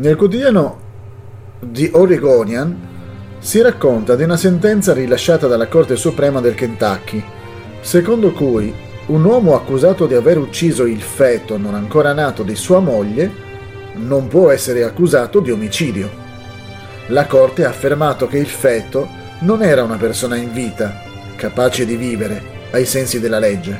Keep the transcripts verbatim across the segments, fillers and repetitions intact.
Nel quotidiano The Oregonian si racconta di una sentenza rilasciata dalla Corte Suprema del Kentucky, secondo cui un uomo accusato di aver ucciso il feto non ancora nato di sua moglie non può essere accusato di omicidio. La Corte ha affermato che il feto non era una persona in vita, capace di vivere ai sensi della legge.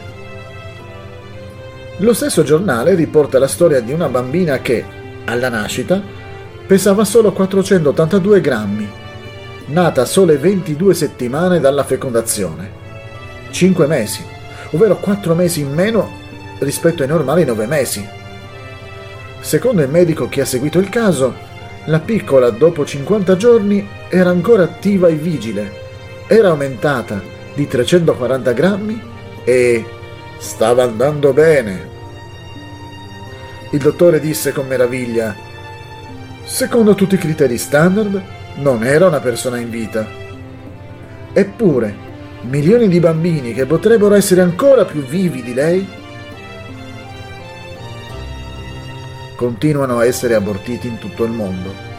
Lo stesso giornale riporta la storia di una bambina che, alla nascita, pesava solo quattrocentottantadue grammi, nata a sole ventidue settimane dalla fecondazione. cinque mesi, ovvero quattro mesi in meno rispetto ai normali nove mesi. Secondo il medico che ha seguito il caso, la piccola dopo cinquanta giorni era ancora attiva e vigile, era aumentata di trecentoquaranta grammi e stava andando bene. Il dottore disse con meraviglia: secondo tutti i criteri standard, non era una persona in vita. Eppure, milioni di bambini che potrebbero essere ancora più vivi di lei continuano a essere abortiti in tutto il mondo.